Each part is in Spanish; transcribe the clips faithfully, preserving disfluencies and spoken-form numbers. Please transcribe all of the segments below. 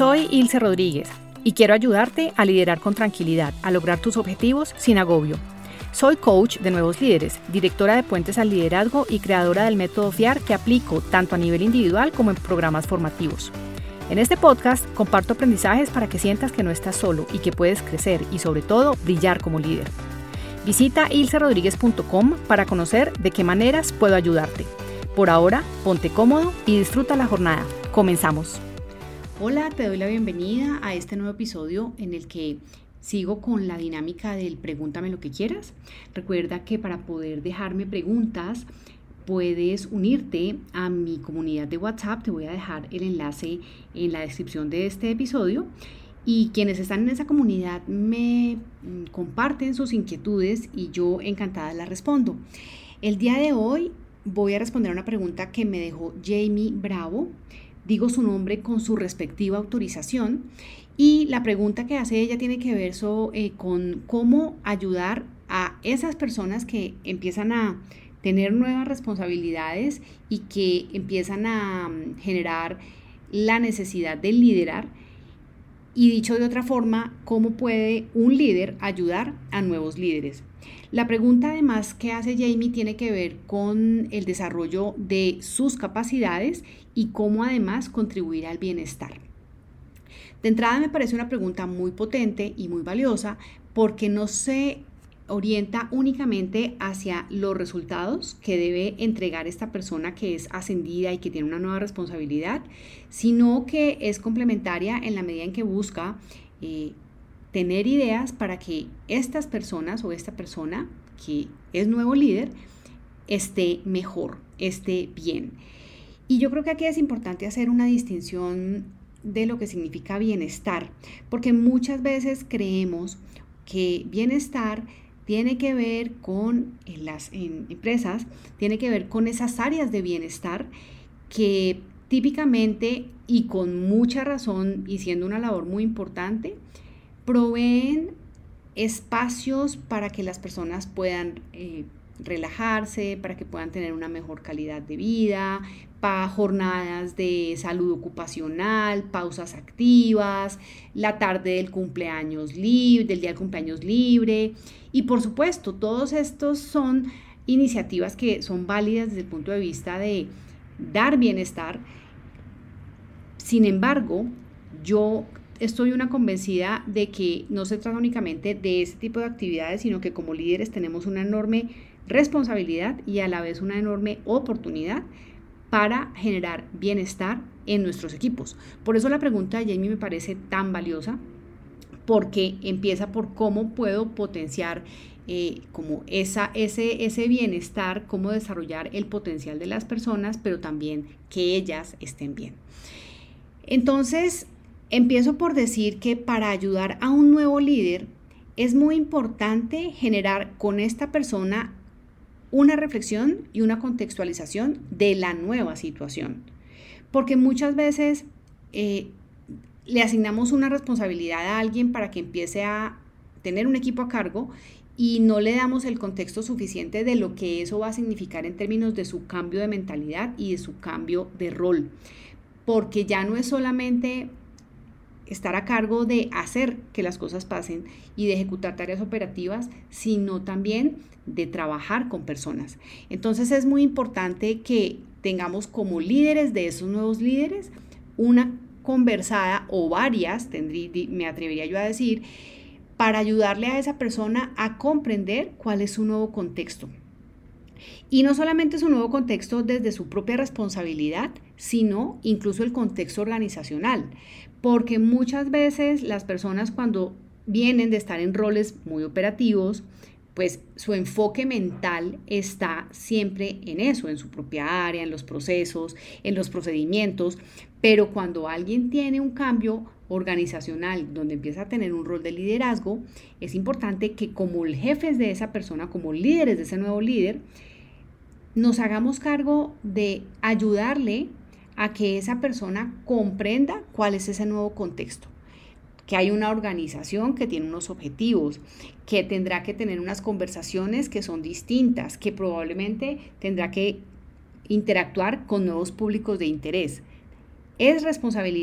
Soy Ilse Rodríguez y quiero ayudarte a liderar con tranquilidad, a lograr tus objetivos sin agobio. Soy coach de nuevos líderes, directora de Puentes al Liderazgo y creadora del método F I A R que aplico tanto a nivel individual como en programas formativos. En este podcast comparto aprendizajes para que sientas que no estás solo y que puedes crecer y sobre todo brillar como líder. Visita ilse rodríguez punto com para conocer de qué maneras puedo ayudarte. Por ahora, ponte cómodo y disfruta la jornada. Comenzamos. Hola, te doy la bienvenida a este nuevo episodio en el que sigo con la dinámica del pregúntame lo que quieras. Recuerda que para poder dejarme preguntas puedes unirte a mi comunidad de WhatsApp. Te voy a dejar el enlace en la descripción de este episodio. Y quienes están en esa comunidad me comparten sus inquietudes y yo encantada las respondo. El día de hoy voy a responder a una pregunta que me dejó Jamie Bravo. Digo su nombre con su respectiva autorización. Y la pregunta que hace ella tiene que ver so, eh, con cómo ayudar a esas personas que empiezan a tener nuevas responsabilidades y que empiezan a um, generar la necesidad de liderar. Y dicho de otra forma, ¿cómo puede un líder ayudar a nuevos líderes? La pregunta además que hace Jamie tiene que ver con el desarrollo de sus capacidades y cómo además contribuir al bienestar. De entrada me parece una pregunta muy potente y muy valiosa porque no se orienta únicamente hacia los resultados que debe entregar esta persona que es ascendida y que tiene una nueva responsabilidad, sino que es complementaria en la medida en que busca eh, tener ideas para que estas personas o esta persona que es nuevo líder esté mejor, esté bien. Y yo creo que aquí es importante hacer una distinción de lo que significa bienestar, porque muchas veces creemos que bienestar tiene que ver con, en las en empresas, tiene que ver con esas áreas de bienestar que típicamente y con mucha razón y siendo una labor muy importante, proveen espacios para que las personas puedan eh, relajarse, para que puedan tener una mejor calidad de vida, para jornadas de salud ocupacional, pausas activas, la tarde del cumpleaños libre, del día del cumpleaños libre. Y por supuesto, todos estos son iniciativas que son válidas desde el punto de vista de dar bienestar. Sin embargo, yo estoy una convencida de que no se trata únicamente de ese tipo de actividades, sino que como líderes tenemos una enorme responsabilidad y a la vez una enorme oportunidad para generar bienestar en nuestros equipos. Por eso la pregunta de Jamie me parece tan valiosa, porque empieza por cómo puedo potenciar eh, como esa, ese, ese bienestar, cómo desarrollar el potencial de las personas, pero también que ellas estén bien. Entonces, empiezo por decir que para ayudar a un nuevo líder es muy importante generar con esta persona una reflexión y una contextualización de la nueva situación. Porque muchas veces eh, le asignamos una responsabilidad a alguien para que empiece a tener un equipo a cargo y no le damos el contexto suficiente de lo que eso va a significar en términos de su cambio de mentalidad y de su cambio de rol. Porque ya no es solamente estar a cargo de hacer que las cosas pasen y de ejecutar tareas operativas, sino también de trabajar con personas. Entonces es muy importante que tengamos como líderes de esos nuevos líderes una conversada o varias, tendrí, me atrevería yo a decir, para ayudarle a esa persona a comprender cuál es su nuevo contexto. Y no solamente su nuevo contexto desde su propia responsabilidad, sino incluso el contexto organizacional. Porque muchas veces las personas cuando vienen de estar en roles muy operativos, pues su enfoque mental está siempre en eso, en su propia área, en los procesos, en los procedimientos. Pero cuando alguien tiene un cambio organizacional donde empieza a tener un rol de liderazgo, es importante que como jefes de esa persona, como líderes de ese nuevo líder, nos hagamos cargo de ayudarle a que esa persona comprenda cuál es ese nuevo contexto, que hay una organización que tiene unos objetivos, que tendrá que tener unas conversaciones que son distintas, que probablemente tendrá que interactuar con nuevos públicos de interés. Es responsabilidad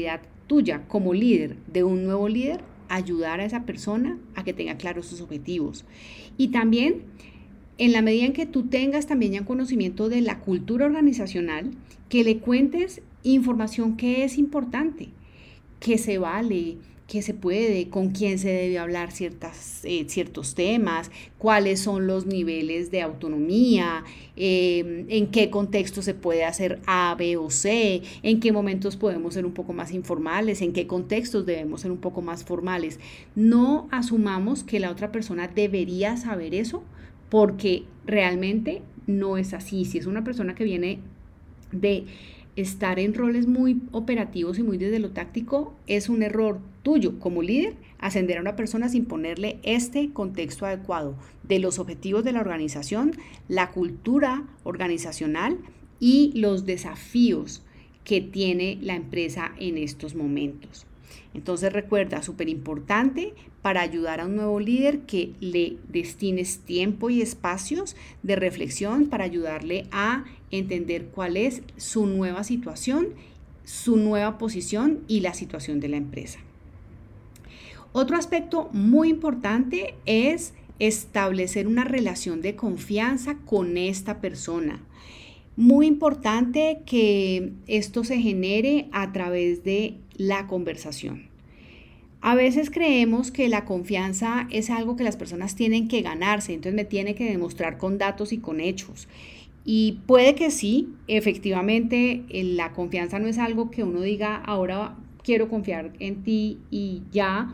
tuya como líder de un nuevo líder, ayudar a esa persona a que tenga claros sus objetivos. Y también, en la medida en que tú tengas también ya conocimiento de la cultura organizacional, que le cuentes información que es importante, que se vale, que se puede, con quién se debe hablar ciertas, eh, ciertos temas, cuáles son los niveles de autonomía, eh, en qué contexto se puede hacer A, B o C, en qué momentos podemos ser un poco más informales, en qué contextos debemos ser un poco más formales. No asumamos que la otra persona debería saber eso, porque realmente no es así. Si es una persona que viene de estar en roles muy operativos y muy desde lo táctico, es un error tuyo como líder ascender a una persona sin ponerle este contexto adecuado de los objetivos de la organización, la cultura organizacional y los desafíos que tiene la empresa en estos momentos. Entonces recuerda, súper importante para ayudar a un nuevo líder que le destines tiempo y espacios de reflexión para ayudarle a entender cuál es su nueva situación, su nueva posición y la situación de la empresa. Otro aspecto muy importante es establecer una relación de confianza con esta persona. Muy importante que esto se genere a través de la conversación. A veces creemos que la confianza es algo que las personas tienen que ganarse, entonces me tiene que demostrar con datos y con hechos. Y puede que sí, efectivamente, la confianza no es algo que uno diga, ahora quiero confiar en ti y ya,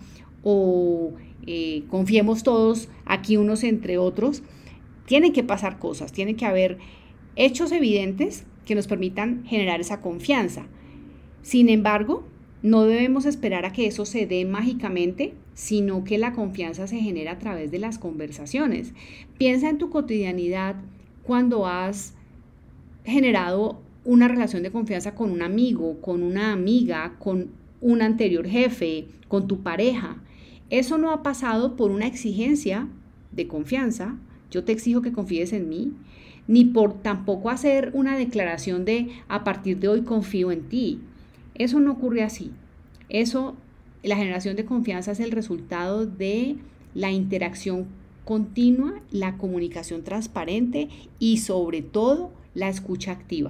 o eh, confiemos todos aquí unos entre otros. Tienen que pasar cosas, tienen que haber hechos evidentes que nos permitan generar esa confianza. Sin embargo, no debemos esperar a que eso se dé mágicamente, sino que la confianza se genera a través de las conversaciones. Piensa en tu cotidianidad cuando has generado una relación de confianza con un amigo, con una amiga, con un anterior jefe, con tu pareja. Eso no ha pasado por una exigencia de confianza, yo te exijo que confíes en mí, ni por tampoco hacer una declaración de a partir de hoy confío en ti. Eso no ocurre así. Eso, la generación de confianza es el resultado de la interacción continua, la comunicación transparente y sobre todo la escucha activa.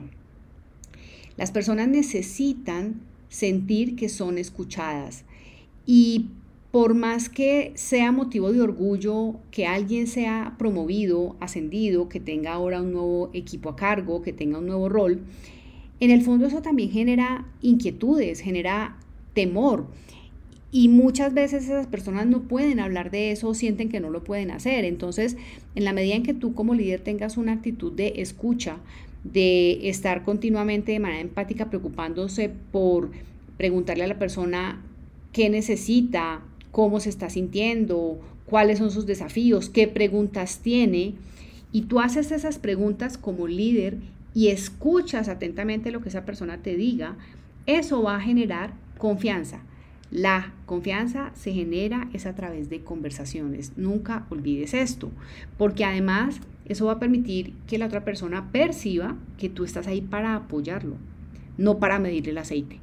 Las personas necesitan sentir que son escuchadas y por más que sea motivo de orgullo que alguien sea promovido, ascendido, que tenga ahora un nuevo equipo a cargo, que tenga un nuevo rol, en el fondo eso también genera inquietudes, genera temor. Y muchas veces esas personas no pueden hablar de eso o sienten que no lo pueden hacer. Entonces, en la medida en que tú como líder tengas una actitud de escucha, de estar continuamente de manera empática preocupándose por preguntarle a la persona qué necesita, cómo se está sintiendo, cuáles son sus desafíos, qué preguntas tiene, y tú haces esas preguntas como líder y escuchas atentamente lo que esa persona te diga, eso va a generar confianza. La confianza se genera es a través de conversaciones. Nunca olvides esto, porque además eso va a permitir que la otra persona perciba que tú estás ahí para apoyarlo, no para medirle el aceite.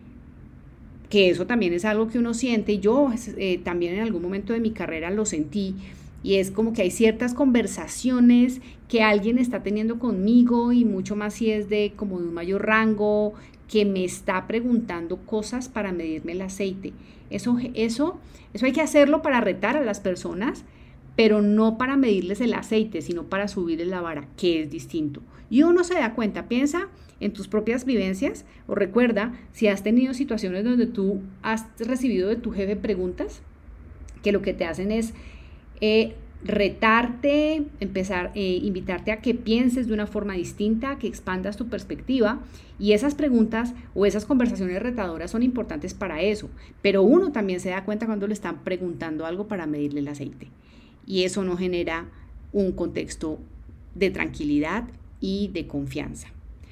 Que eso también es algo que uno siente, y yo eh, también en algún momento de mi carrera lo sentí, y es como que hay ciertas conversaciones que alguien está teniendo conmigo, y mucho más si es de como de un mayor rango, que me está preguntando cosas para medirme el aceite. Eso, eso, eso hay que hacerlo para retar a las personas, pero no para medirles el aceite, sino para subirles la vara, que es distinto. Y uno se da cuenta, piensa en tus propias vivencias, o recuerda si has tenido situaciones donde tú has recibido de tu jefe preguntas que lo que te hacen es eh, retarte, empezar, eh, invitarte a que pienses de una forma distinta, que expandas tu perspectiva, y esas preguntas o esas conversaciones retadoras son importantes para eso, pero uno también se da cuenta cuando le están preguntando algo para medirle el aceite, y eso no genera un contexto de tranquilidad y de confianza.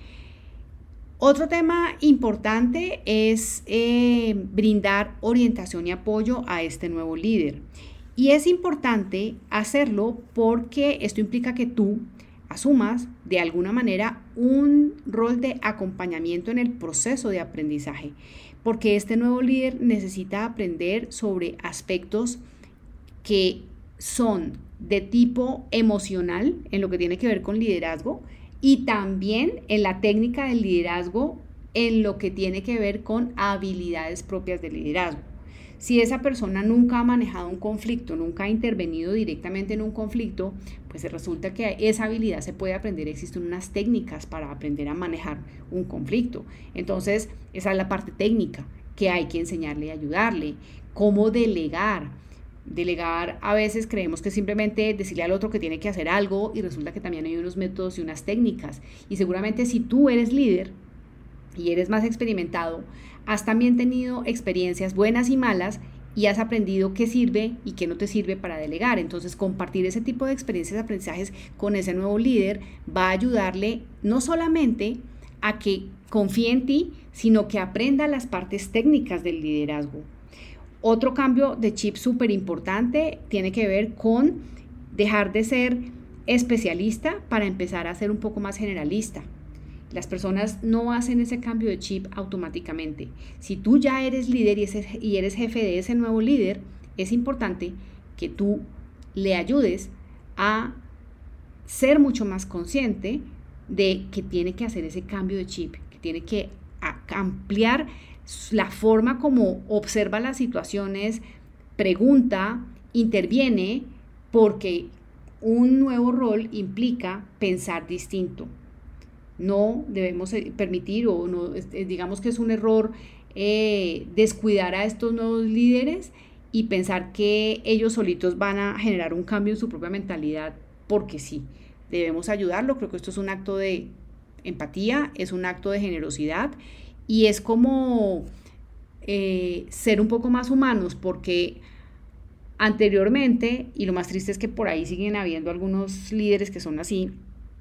Otro tema importante es eh, brindar orientación y apoyo a este nuevo líder. Y es importante hacerlo porque esto implica que tú asumas de alguna manera un rol de acompañamiento en el proceso de aprendizaje, porque este nuevo líder necesita aprender sobre aspectos que son de tipo emocional en lo que tiene que ver con liderazgo y también en la técnica del liderazgo en lo que tiene que ver con habilidades propias del liderazgo. Si esa persona nunca ha manejado un conflicto, nunca ha intervenido directamente en un conflicto, pues resulta que esa habilidad se puede aprender. Existen unas técnicas para aprender a manejar un conflicto. Entonces, esa es la parte técnica que hay que enseñarle y ayudarle. Cómo delegar. Delegar, a veces creemos que simplemente decirle al otro que tiene que hacer algo y resulta que también hay unos métodos y unas técnicas. Y seguramente si tú eres líder y eres más experimentado, has también tenido experiencias buenas y malas y has aprendido qué sirve y qué no te sirve para delegar. Entonces, compartir ese tipo de experiencias y aprendizajes con ese nuevo líder va a ayudarle no solamente a que confíe en ti, sino que aprenda las partes técnicas del liderazgo. Otro cambio de chip súper importante tiene que ver con dejar de ser especialista para empezar a ser un poco más generalista. Las personas no hacen ese cambio de chip automáticamente. Si tú ya eres líder y, ese, y eres jefe de ese nuevo líder, es importante que tú le ayudes a ser mucho más consciente de que tiene que hacer ese cambio de chip, que tiene que ampliar la forma como observa las situaciones, pregunta, interviene, porque un nuevo rol implica pensar distinto. No debemos permitir, o no, digamos que es un error eh, descuidar a estos nuevos líderes y pensar que ellos solitos van a generar un cambio en su propia mentalidad, porque sí, debemos ayudarlo. Creo que esto es un acto de empatía, es un acto de generosidad y es como eh, ser un poco más humanos, porque anteriormente, y lo más triste es que por ahí siguen habiendo algunos líderes que son así,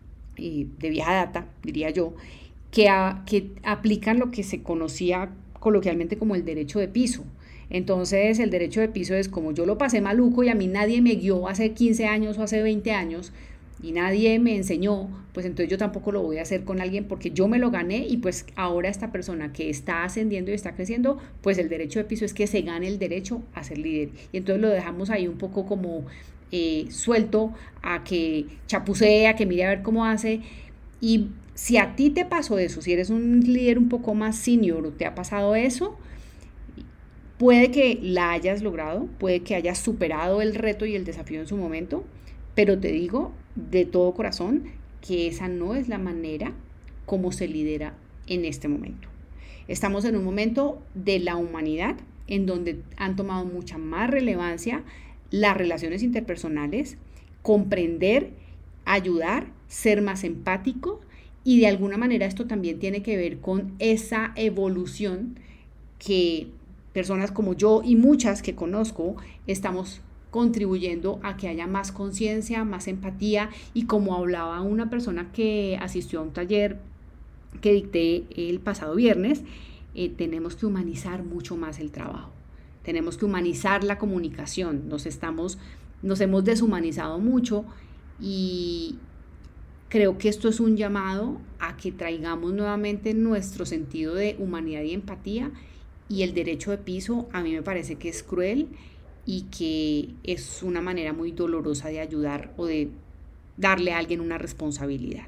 de vieja data, diría yo, que, a, que aplican lo que se conocía coloquialmente como el derecho de piso. Entonces, el derecho de piso es como yo lo pasé maluco y a mí nadie me guió hace quince años o hace veinte años y nadie me enseñó, pues entonces yo tampoco lo voy a hacer con alguien porque yo me lo gané y pues ahora esta persona que está ascendiendo y está creciendo, pues el derecho de piso es que se gane el derecho a ser líder. Y entonces lo dejamos ahí un poco como Eh, suelto a que chapucee, a que mire a ver cómo hace. Y si a ti te pasó eso, si eres un líder un poco más senior o te ha pasado eso, puede que la hayas logrado, puede que hayas superado el reto y el desafío en su momento, pero te digo de todo corazón que esa no es la manera como se lidera en este momento. Estamos en un momento de la humanidad en donde han tomado mucha más relevancia las relaciones interpersonales, comprender, ayudar, ser más empático, y de alguna manera esto también tiene que ver con esa evolución que personas como yo y muchas que conozco estamos contribuyendo a que haya más conciencia, más empatía, y como hablaba una persona que asistió a un taller que dicté el pasado viernes, eh, tenemos que humanizar mucho más el trabajo. Tenemos que humanizar la comunicación, nos, estamos, nos hemos deshumanizado mucho y creo que esto es un llamado a que traigamos nuevamente nuestro sentido de humanidad y empatía, y el derecho de piso a mí me parece que es cruel y que es una manera muy dolorosa de ayudar o de darle a alguien una responsabilidad.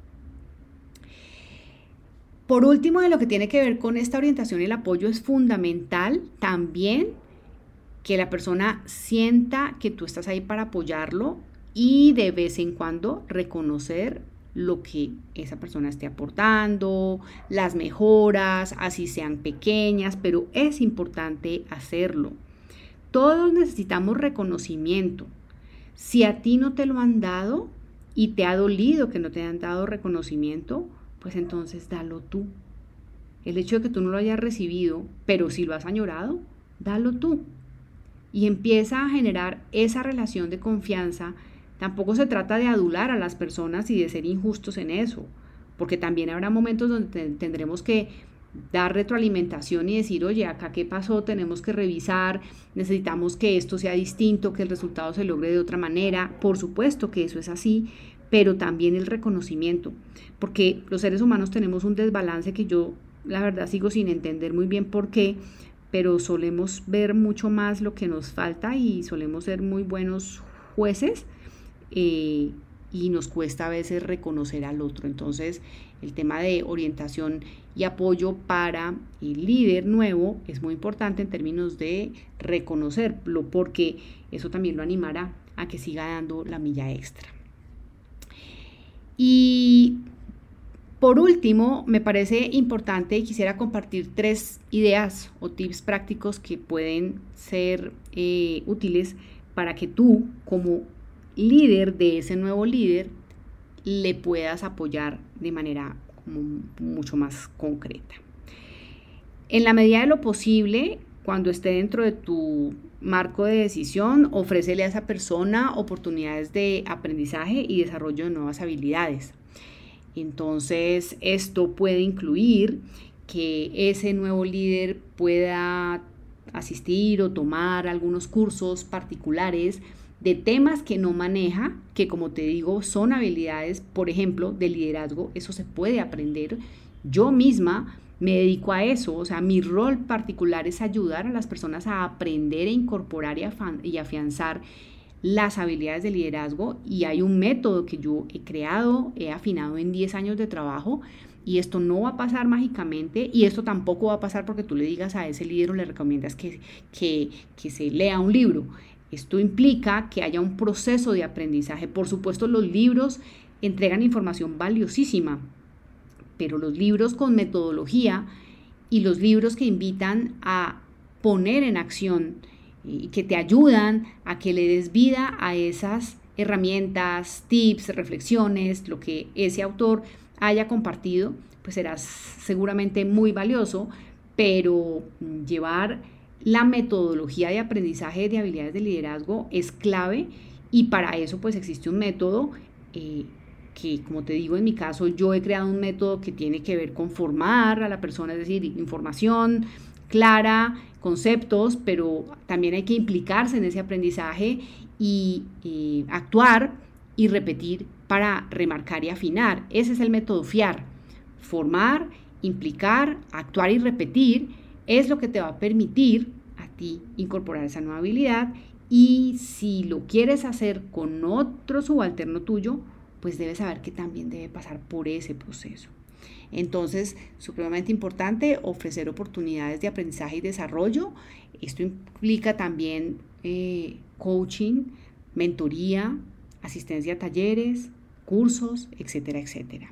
Por último, de lo que tiene que ver con esta orientación y el apoyo, es fundamental también que la persona sienta que tú estás ahí para apoyarlo y de vez en cuando reconocer lo que esa persona esté aportando, las mejoras, así sean pequeñas, pero es importante hacerlo. Todos necesitamos reconocimiento. Si a ti no te lo han dado y te ha dolido que no te hayan dado reconocimiento, pues entonces dalo tú. El hecho de que tú no lo hayas recibido, pero si lo has añorado, dalo tú. Y empieza a generar esa relación de confianza. Tampoco se trata de adular a las personas y de ser injustos en eso, porque también habrá momentos donde tendremos que dar retroalimentación y decir, oye, acá qué pasó, tenemos que revisar, necesitamos que esto sea distinto, que el resultado se logre de otra manera. Por supuesto que eso es así, pero también el reconocimiento, porque los seres humanos tenemos un desbalance que yo la verdad sigo sin entender muy bien por qué, pero solemos ver mucho más lo que nos falta y solemos ser muy buenos jueces, eh, y nos cuesta a veces reconocer al otro. Entonces el tema de orientación y apoyo para el líder nuevo es muy importante en términos de reconocerlo, porque eso también lo animará a que siga dando la milla extra. Y por último, me parece importante y quisiera compartir tres ideas o tips prácticos que pueden ser eh, útiles para que tú, como líder de ese nuevo líder, le puedas apoyar de manera como mucho más concreta. En la medida de lo posible, cuando esté dentro de tu marco de decisión, ofrécele a esa persona oportunidades de aprendizaje y desarrollo de nuevas habilidades. Entonces, esto puede incluir que ese nuevo líder pueda asistir o tomar algunos cursos particulares de temas que no maneja, que como te digo son habilidades, por ejemplo, de liderazgo. Eso se puede aprender. Yo misma me dedico a eso, o sea, mi rol particular es ayudar a las personas a aprender e incorporar y, afan- y afianzar las habilidades de liderazgo, y hay un método que yo he creado, he afinado en diez años de trabajo, y esto no va a pasar mágicamente, y esto tampoco va a pasar porque tú le digas a ese líder o le recomiendas que, que, que se lea un libro. Esto implica que haya un proceso de aprendizaje. Por supuesto, los libros entregan información valiosísima, pero los libros con metodología y los libros que invitan a poner en acción y que te ayudan a que le des vida a esas herramientas, tips, reflexiones, lo que ese autor haya compartido, pues será seguramente muy valioso, pero llevar la metodología de aprendizaje de habilidades de liderazgo es clave, y para eso pues existe un método eh, que, como te digo, en mi caso yo he creado un método que tiene que ver con formar a la persona, es decir, información clara, conceptos, pero también hay que implicarse en ese aprendizaje y eh, actuar y repetir para remarcar y afinar. Ese es el método FIAR. Formar, implicar, actuar y repetir es lo que te va a permitir a ti incorporar esa nueva habilidad, y si lo quieres hacer con otro subalterno tuyo, pues debes saber que también debe pasar por ese proceso. Entonces, supremamente importante ofrecer oportunidades de aprendizaje y desarrollo. Esto implica también eh, coaching, mentoría, asistencia a talleres, cursos, etcétera, etcétera.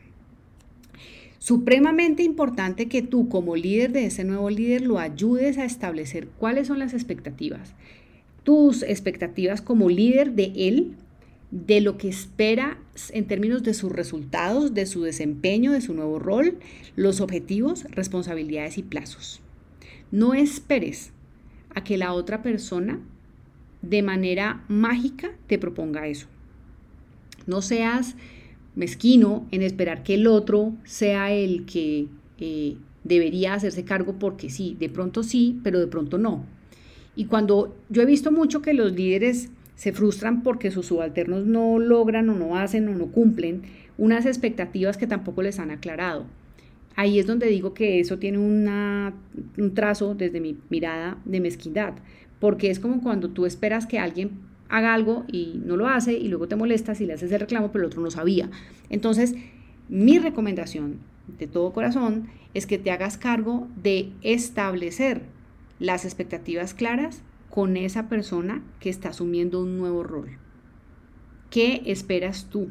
Supremamente importante que tú, como líder de ese nuevo líder, lo ayudes a establecer cuáles son las expectativas. Tus expectativas como líder de él, de lo que espera en términos de sus resultados, de su desempeño, de su nuevo rol, los objetivos, responsabilidades y plazos. No esperes a que la otra persona de manera mágica te proponga eso. No seas mezquino en esperar que el otro sea el que eh, debería hacerse cargo, porque sí, de pronto sí, pero de pronto no. Y cuando yo he visto mucho que los líderes se frustran porque sus subalternos no logran o no hacen o no cumplen unas expectativas que tampoco les han aclarado. Ahí es donde digo que eso tiene una, un trazo, desde mi mirada, de mezquindad, porque es como cuando tú esperas que alguien haga algo y no lo hace, y luego te molestas y le haces el reclamo, pero el otro no sabía. Entonces, mi recomendación de todo corazón es que te hagas cargo de establecer las expectativas claras con esa persona que está asumiendo un nuevo rol. ¿Qué esperas tú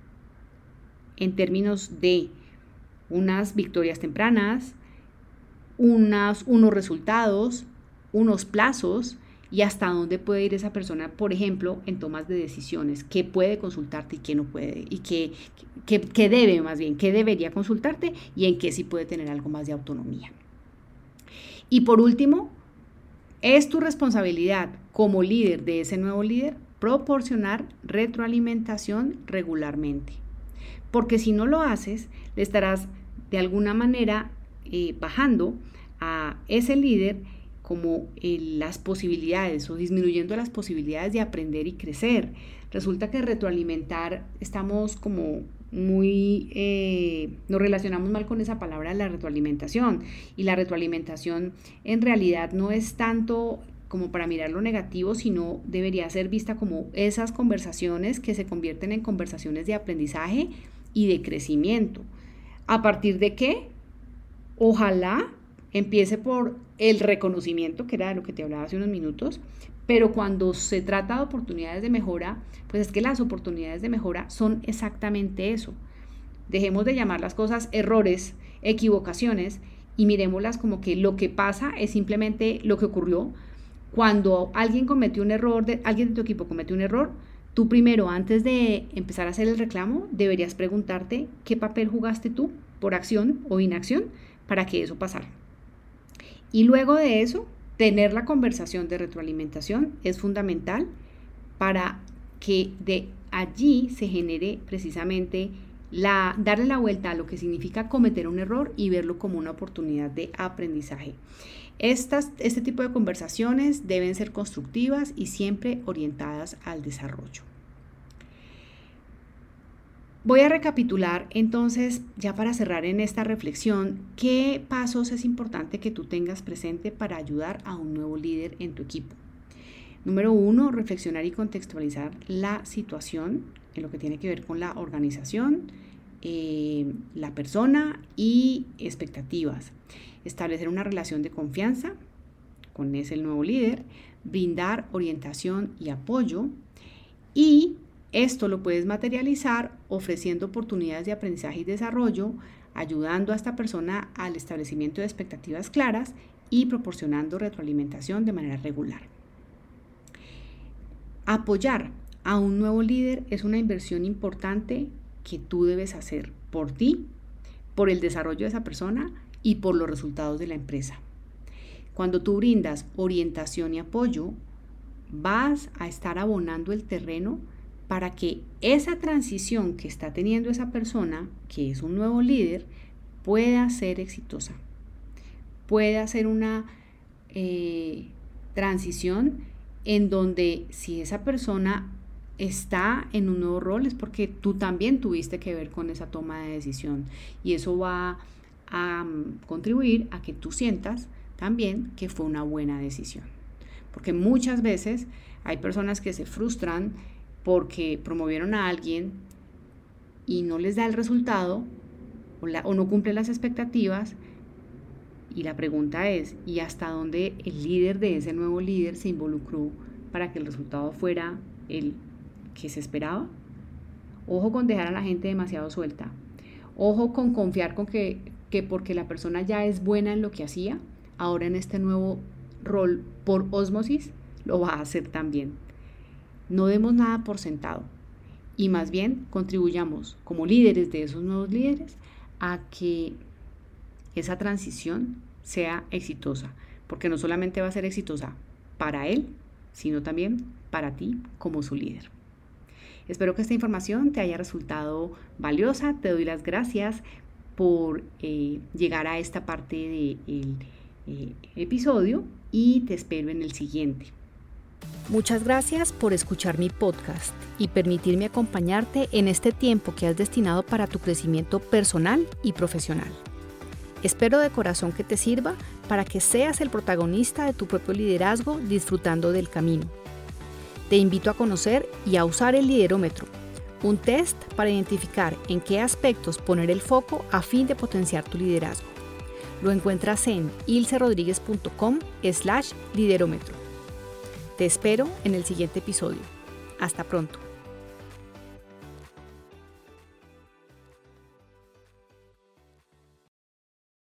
en términos de unas victorias tempranas, unas, unos resultados, unos plazos, y hasta dónde puede ir esa persona, por ejemplo, en tomas de decisiones? ¿Qué puede consultarte y qué no puede? Y qué, qué, qué debe, más bien, qué debería consultarte, y en qué sí puede tener algo más de autonomía. Y por último, es tu responsabilidad como líder de ese nuevo líder proporcionar retroalimentación regularmente. Porque si no lo haces, le estarás de alguna manera eh, bajando a ese líder como el, las posibilidades o disminuyendo las posibilidades de aprender y crecer. Resulta que retroalimentar, estamos como muy, eh, nos relacionamos mal con esa palabra, la retroalimentación, y la retroalimentación en realidad no es tanto como para mirar lo negativo, sino debería ser vista como esas conversaciones que se convierten en conversaciones de aprendizaje y de crecimiento. ¿A partir de qué? Ojalá empiece por el reconocimiento, que era de lo que te hablaba hace unos minutos, pero cuando se trata de oportunidades de mejora, pues es que las oportunidades de mejora son exactamente eso. Dejemos de llamar las cosas errores, equivocaciones, y miremoslas como que lo que pasa es simplemente lo que ocurrió. Cuando alguien cometió un error, de, alguien de tu equipo cometió un error, tú primero, antes de empezar a hacer el reclamo, deberías preguntarte qué papel jugaste tú, por acción o inacción, para que eso pasara. Y luego de eso, tener la conversación de retroalimentación es fundamental para que de allí se genere precisamente la, darle la vuelta a lo que significa cometer un error y verlo como una oportunidad de aprendizaje. Estas, este tipo de conversaciones deben ser constructivas y siempre orientadas al desarrollo. Voy a recapitular entonces, ya para cerrar en esta reflexión, qué pasos es importante que tú tengas presente para ayudar a un nuevo líder en tu equipo. Número uno, reflexionar y contextualizar la situación en lo que tiene que ver con la organización, eh, la persona y expectativas. Establecer una relación de confianza con ese nuevo líder, brindar orientación y apoyo, y esto lo puedes materializar ofreciendo oportunidades de aprendizaje y desarrollo, ayudando a esta persona al establecimiento de expectativas claras y proporcionando retroalimentación de manera regular. Apoyar a un nuevo líder es una inversión importante que tú debes hacer por ti, por el desarrollo de esa persona y por los resultados de la empresa. Cuando tú brindas orientación y apoyo, vas a estar abonando el terreno para que esa transición que está teniendo esa persona, que es un nuevo líder, pueda ser exitosa. Pueda ser una eh, transición en donde si esa persona está en un nuevo rol es porque tú también tuviste que ver con esa toma de decisión, y eso va a um, contribuir a que tú sientas también que fue una buena decisión. Porque muchas veces hay personas que se frustran porque promovieron a alguien y no les da el resultado o, la, o no cumple las expectativas, y la pregunta es, ¿y hasta dónde el líder de ese nuevo líder se involucró para que el resultado fuera el que se esperaba? Ojo con dejar a la gente demasiado suelta. Ojo con confiar con que, que porque la persona ya es buena en lo que hacía, ahora en este nuevo rol por ósmosis lo va a hacer también. No demos nada por sentado y más bien contribuyamos como líderes de esos nuevos líderes a que esa transición sea exitosa, porque no solamente va a ser exitosa para él, sino también para ti como su líder. Espero que esta información te haya resultado valiosa. Te doy las gracias por eh, llegar a esta parte del eh, episodio y te espero en el siguiente. Muchas gracias por escuchar mi podcast y permitirme acompañarte en este tiempo que has destinado para tu crecimiento personal y profesional. Espero de corazón que te sirva para que seas el protagonista de tu propio liderazgo disfrutando del camino. Te invito a conocer y a usar el Liderómetro, un test para identificar en qué aspectos poner el foco a fin de potenciar tu liderazgo. Lo encuentras en ilcerodriguez.com slash liderómetro. Te espero en el siguiente episodio. Hasta pronto.